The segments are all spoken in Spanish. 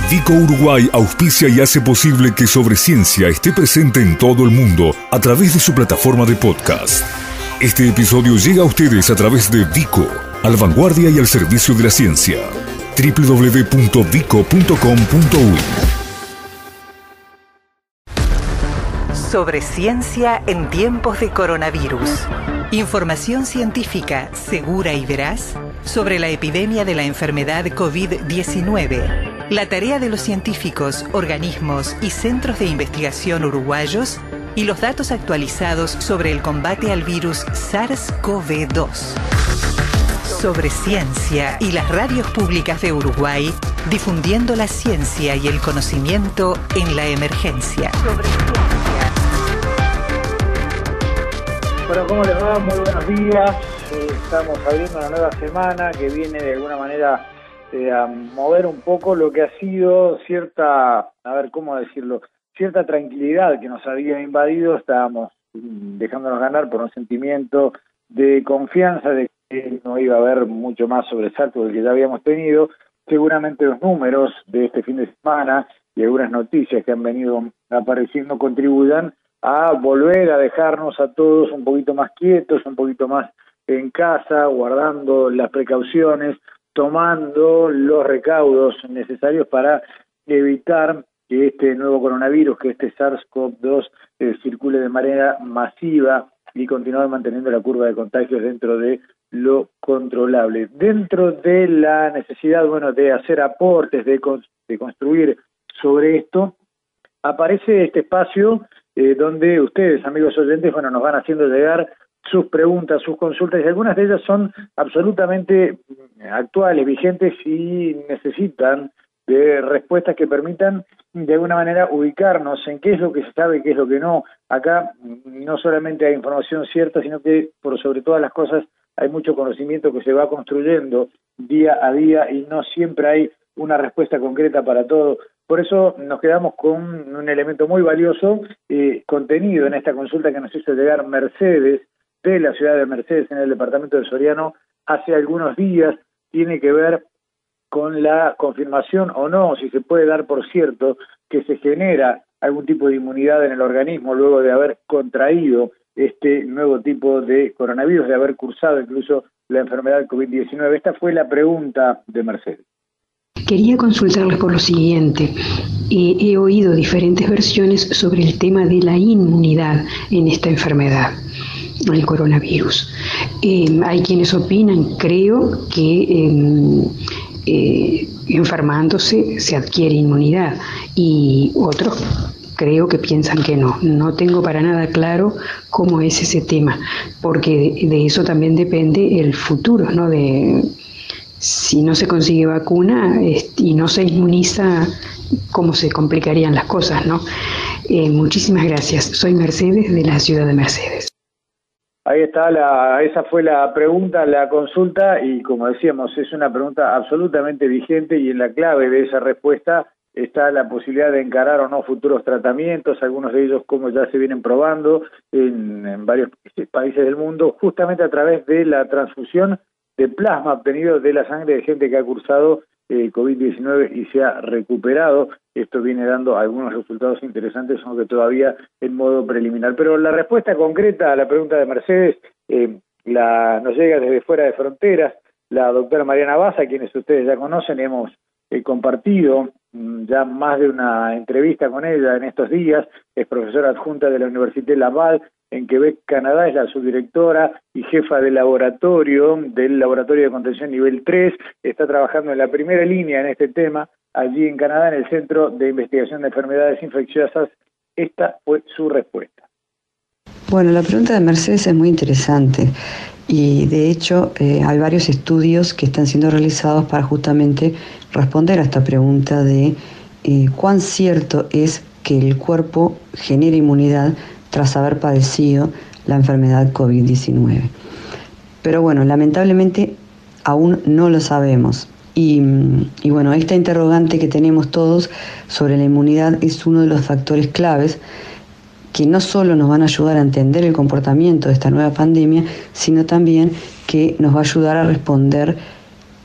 Vico Uruguay auspicia y hace posible que Sobre Ciencia esté presente en todo el mundo a través de su plataforma de podcast. Este episodio llega a ustedes a través de Vico, a la vanguardia y al servicio de la ciencia. www.vico.com.uy. Sobre ciencia en tiempos de coronavirus. Información científica segura y veraz sobre la epidemia de la enfermedad COVID-19. La tarea de los científicos, organismos y centros de investigación uruguayos y los datos actualizados sobre el combate al virus SARS-CoV-2. Sobre ciencia y las radios públicas de Uruguay, difundiendo la ciencia y el conocimiento en la emergencia. Sobre ciencia. Bueno, ¿cómo les va? Muy buenos días. Estamos abriendo una nueva semana que viene de alguna manera a mover un poco lo que ha sido cierta tranquilidad que nos había invadido. Estábamos dejándonos ganar por un sentimiento de confianza de que no iba a haber mucho más sobresalto del que ya habíamos tenido. Seguramente los números de este fin de semana y algunas noticias que han venido apareciendo contribuyan a volver a dejarnos a todos un poquito más quietos, un poquito más en casa, guardando las precauciones, tomando los recaudos necesarios para evitar que este nuevo coronavirus, que este SARS-CoV-2 circule de manera masiva y continuar manteniendo la curva de contagios dentro de lo controlable. Dentro de la necesidad, de hacer aportes, de construir sobre esto, aparece este espacio donde ustedes, amigos oyentes, nos van haciendo llegar sus preguntas, sus consultas, y algunas de ellas son absolutamente actuales, vigentes y necesitan de respuestas que permitan de alguna manera ubicarnos en qué es lo que se sabe y qué es lo que no. Acá no solamente hay información cierta, sino que por sobre todas las cosas hay mucho conocimiento que se va construyendo día a día y no siempre hay una respuesta concreta para todo. Por eso nos quedamos con un elemento muy valioso contenido en esta consulta que nos hizo llegar Mercedes, de la ciudad de Mercedes, en el departamento de Soriano, hace algunos días. Tiene que ver con la confirmación o no, si se puede dar por cierto, que se genera algún tipo de inmunidad en el organismo luego de haber contraído este nuevo tipo de coronavirus, de haber cursado incluso la enfermedad COVID-19. Esta fue la pregunta de Mercedes. Quería consultarles por lo siguiente. He oído diferentes versiones sobre el tema de la inmunidad en esta enfermedad, el coronavirus. Hay quienes opinan, creo, que enfermándose se adquiere inmunidad, y otros creo que piensan que no. No tengo para nada claro cómo es ese tema, porque de eso también depende el futuro, ¿no? Si no se consigue vacuna y no se inmuniza, cómo se complicarían las cosas, ¿no? Muchísimas gracias. Soy Mercedes, de la ciudad de Mercedes. Ahí está, esa fue la pregunta, la consulta, y como decíamos, es una pregunta absolutamente vigente, y en la clave de esa respuesta está la posibilidad de encarar o no futuros tratamientos, algunos de ellos como ya se vienen probando en varios países del mundo, justamente a través de la transfusión de plasma obtenido de la sangre de gente que ha cursado COVID-19 y se ha recuperado. Esto viene dando algunos resultados interesantes, aunque todavía en modo preliminar. Pero la respuesta concreta a la pregunta de Mercedes nos llega desde fuera de fronteras. La doctora Mariana Baza, quienes ustedes ya conocen, hemos compartido ya más de una entrevista con ella en estos días. Es profesora adjunta de la Université Laval en Quebec, Canadá, es la subdirectora y jefa del laboratorio de contención nivel 3, está trabajando en la primera línea en este tema, allí en Canadá, en el Centro de Investigación de Enfermedades Infecciosas. Esta fue su respuesta. Bueno, la pregunta de Mercedes es muy interesante, y de hecho hay varios estudios que están siendo realizados para justamente responder a esta pregunta de cuán cierto es que el cuerpo genera inmunidad tras haber padecido la enfermedad COVID-19. Pero bueno, lamentablemente aún no lo sabemos. Y bueno, esta interrogante que tenemos todos sobre la inmunidad es uno de los factores claves que no solo nos van a ayudar a entender el comportamiento de esta nueva pandemia, sino también que nos va a ayudar a responder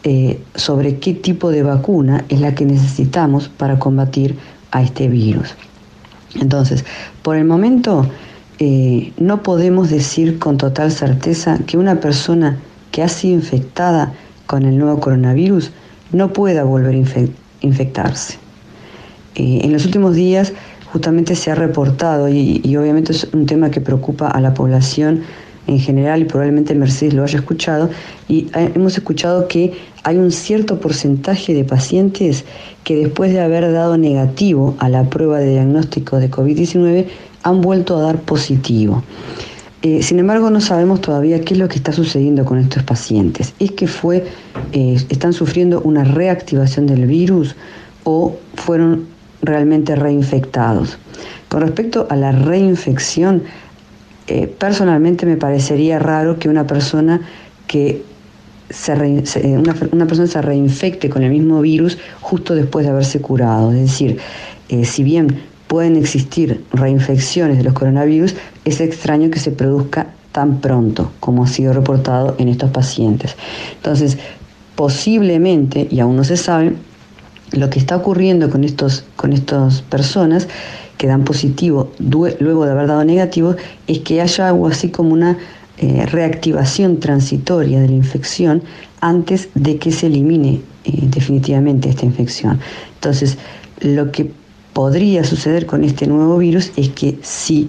sobre qué tipo de vacuna es la que necesitamos para combatir a este virus. Entonces, por el momento no podemos decir con total certeza que una persona que ha sido infectada con el nuevo coronavirus no pueda volver a infectarse. En los últimos días justamente se ha reportado, y obviamente es un tema que preocupa a la población en general, y probablemente Mercedes lo haya escuchado, y hemos escuchado que hay un cierto porcentaje de pacientes que después de haber dado negativo a la prueba de diagnóstico de COVID-19 han vuelto a dar positivo. Sin embargo, no sabemos todavía qué es lo que está sucediendo con estos pacientes. ¿Es que están sufriendo una reactivación del virus o fueron realmente reinfectados? Con respecto a la reinfección, personalmente me parecería raro que una persona se reinfecte con el mismo virus justo después de haberse curado. Es decir, si bien pueden existir reinfecciones de los coronavirus, es extraño que se produzca tan pronto como ha sido reportado en estos pacientes. Entonces, posiblemente, y aún no se sabe, lo que está ocurriendo con estas personas que dan positivo luego de haber dado negativo es que haya algo así como una reactivación transitoria de la infección antes de que se elimine definitivamente esta infección. Entonces, lo que podría suceder con este nuevo virus es que sí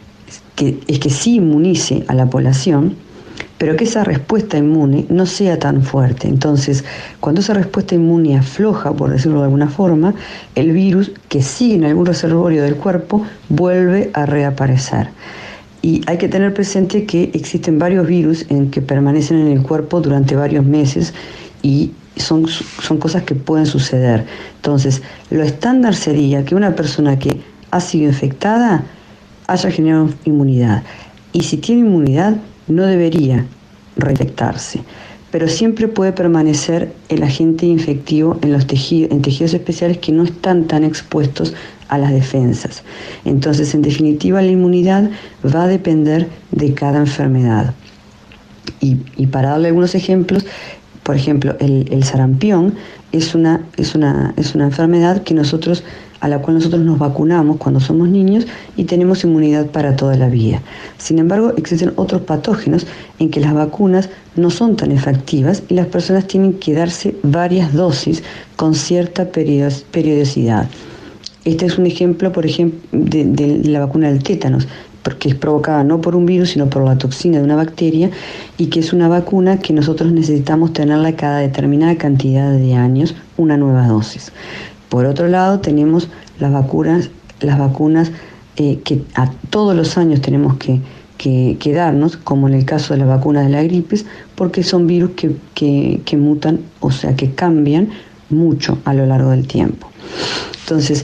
inmunice a la población, pero que esa respuesta inmune no sea tan fuerte. Entonces, cuando esa respuesta inmune afloja, por decirlo de alguna forma, el virus que sigue en algún reservorio del cuerpo vuelve a reaparecer. Y hay que tener presente que existen varios virus que permanecen en el cuerpo durante varios meses y son cosas que pueden suceder. Entonces, lo estándar sería que una persona que ha sido infectada haya generado inmunidad. Y si tiene inmunidad, no debería reinfectarse. Pero siempre puede permanecer el agente infectivo en tejidos especiales que no están tan expuestos a las defensas. Entonces, en definitiva, la inmunidad va a depender de cada enfermedad. Y para darle algunos ejemplos, por ejemplo, el sarampión es una enfermedad a la cual nosotros nos vacunamos cuando somos niños y tenemos inmunidad para toda la vida. Sin embargo, existen otros patógenos en que las vacunas no son tan efectivas y las personas tienen que darse varias dosis con cierta periodicidad. Este es un ejemplo, por ejemplo, de la vacuna del tétanos, porque es provocada no por un virus, sino por la toxina de una bacteria, y que es una vacuna que nosotros necesitamos tenerla cada determinada cantidad de años, una nueva dosis. Por otro lado, tenemos las vacunas que a todos los años tenemos que darnos, como en el caso de la vacuna de la gripe, porque son virus que mutan, o sea, que cambian mucho a lo largo del tiempo. Entonces,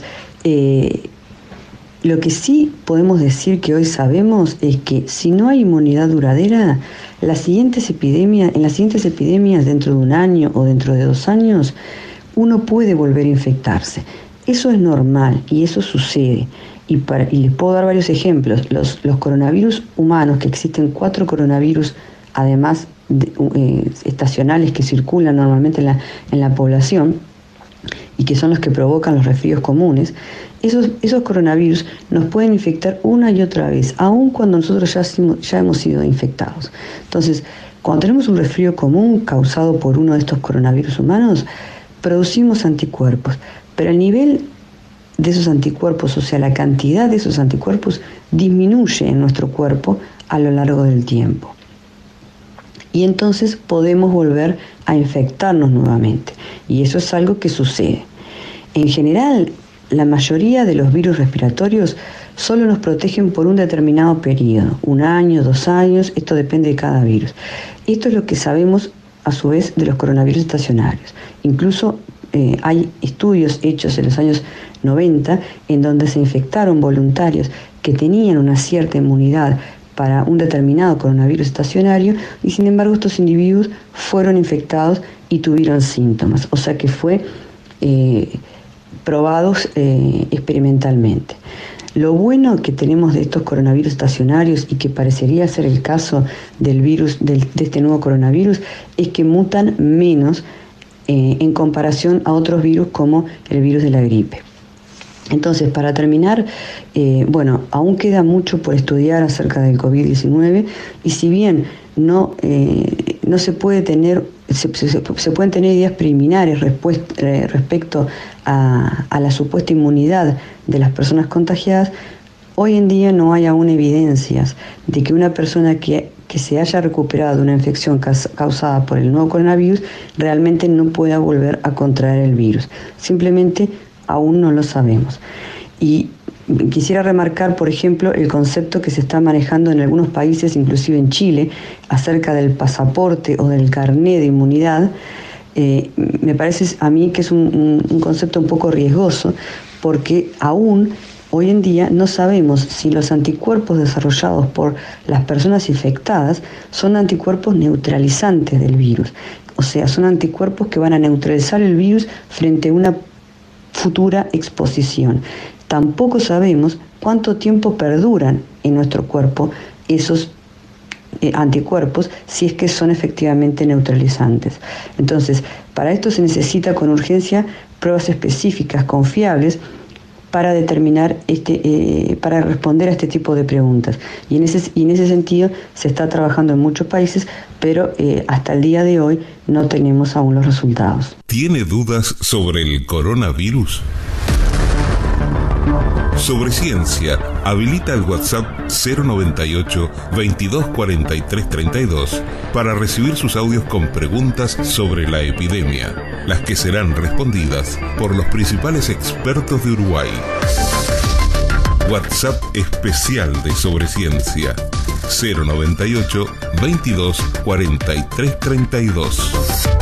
lo que sí podemos decir que hoy sabemos es que si no hay inmunidad duradera, en las siguientes epidemias, dentro de un año o dentro de 2 años, uno puede volver a infectarse. Eso es normal y eso sucede. Y les puedo dar varios ejemplos. Los coronavirus humanos, que existen 4 coronavirus, además estacionales, que circulan normalmente en la población y que son los que provocan los resfríos comunes, esos coronavirus nos pueden infectar una y otra vez, aun cuando nosotros ya hemos sido infectados. Entonces, cuando tenemos un resfrío común causado por uno de estos coronavirus humanos, producimos anticuerpos, pero el nivel de esos anticuerpos, o sea, la cantidad de esos anticuerpos, disminuye en nuestro cuerpo a lo largo del tiempo. Y entonces podemos volver a infectarnos nuevamente. Y eso es algo que sucede. En general, la mayoría de los virus respiratorios solo nos protegen por un determinado periodo, 1 año, 2 años, esto depende de cada virus. Esto es lo que sabemos a su vez de los coronavirus estacionarios. Incluso hay estudios hechos en los años 90 en donde se infectaron voluntarios que tenían una cierta inmunidad para un determinado coronavirus estacionario y sin embargo estos individuos fueron infectados y tuvieron síntomas, o sea que fue probados experimentalmente. Lo bueno que tenemos de estos coronavirus estacionarios y que parecería ser el caso del virus de este nuevo coronavirus es que mutan menos en comparación a otros virus como el virus de la gripe. Entonces, para terminar, aún queda mucho por estudiar acerca del COVID-19 y si bien no se puede tener, se pueden tener ideas preliminares respecto a la supuesta inmunidad de las personas contagiadas, hoy en día no hay aún evidencias de que una persona que se haya recuperado de una infección causada por el nuevo coronavirus realmente no pueda volver a contraer el virus. Simplemente aún no lo sabemos. Y quisiera remarcar, por ejemplo, el concepto que se está manejando en algunos países, inclusive en Chile, acerca del pasaporte o del carné de inmunidad. Me parece a mí que es un concepto un poco riesgoso, porque aún hoy en día no sabemos si los anticuerpos desarrollados por las personas infectadas son anticuerpos neutralizantes del virus. O sea, son anticuerpos que van a neutralizar el virus frente a una futura exposición. Tampoco sabemos cuánto tiempo perduran en nuestro cuerpo esos anticuerpos si es que son efectivamente neutralizantes. Entonces, para esto se necesita con urgencia pruebas específicas, confiables, para determinar para responder a este tipo de preguntas. Y en ese sentido se está trabajando en muchos países, pero hasta el día de hoy no tenemos aún los resultados. ¿Tiene dudas sobre el coronavirus? Sobre Ciencia, habilita el WhatsApp 098 22 43 32 para recibir sus audios con preguntas sobre la epidemia, las que serán respondidas por los principales expertos de Uruguay. WhatsApp especial de Sobre Ciencia 098 22 43 32.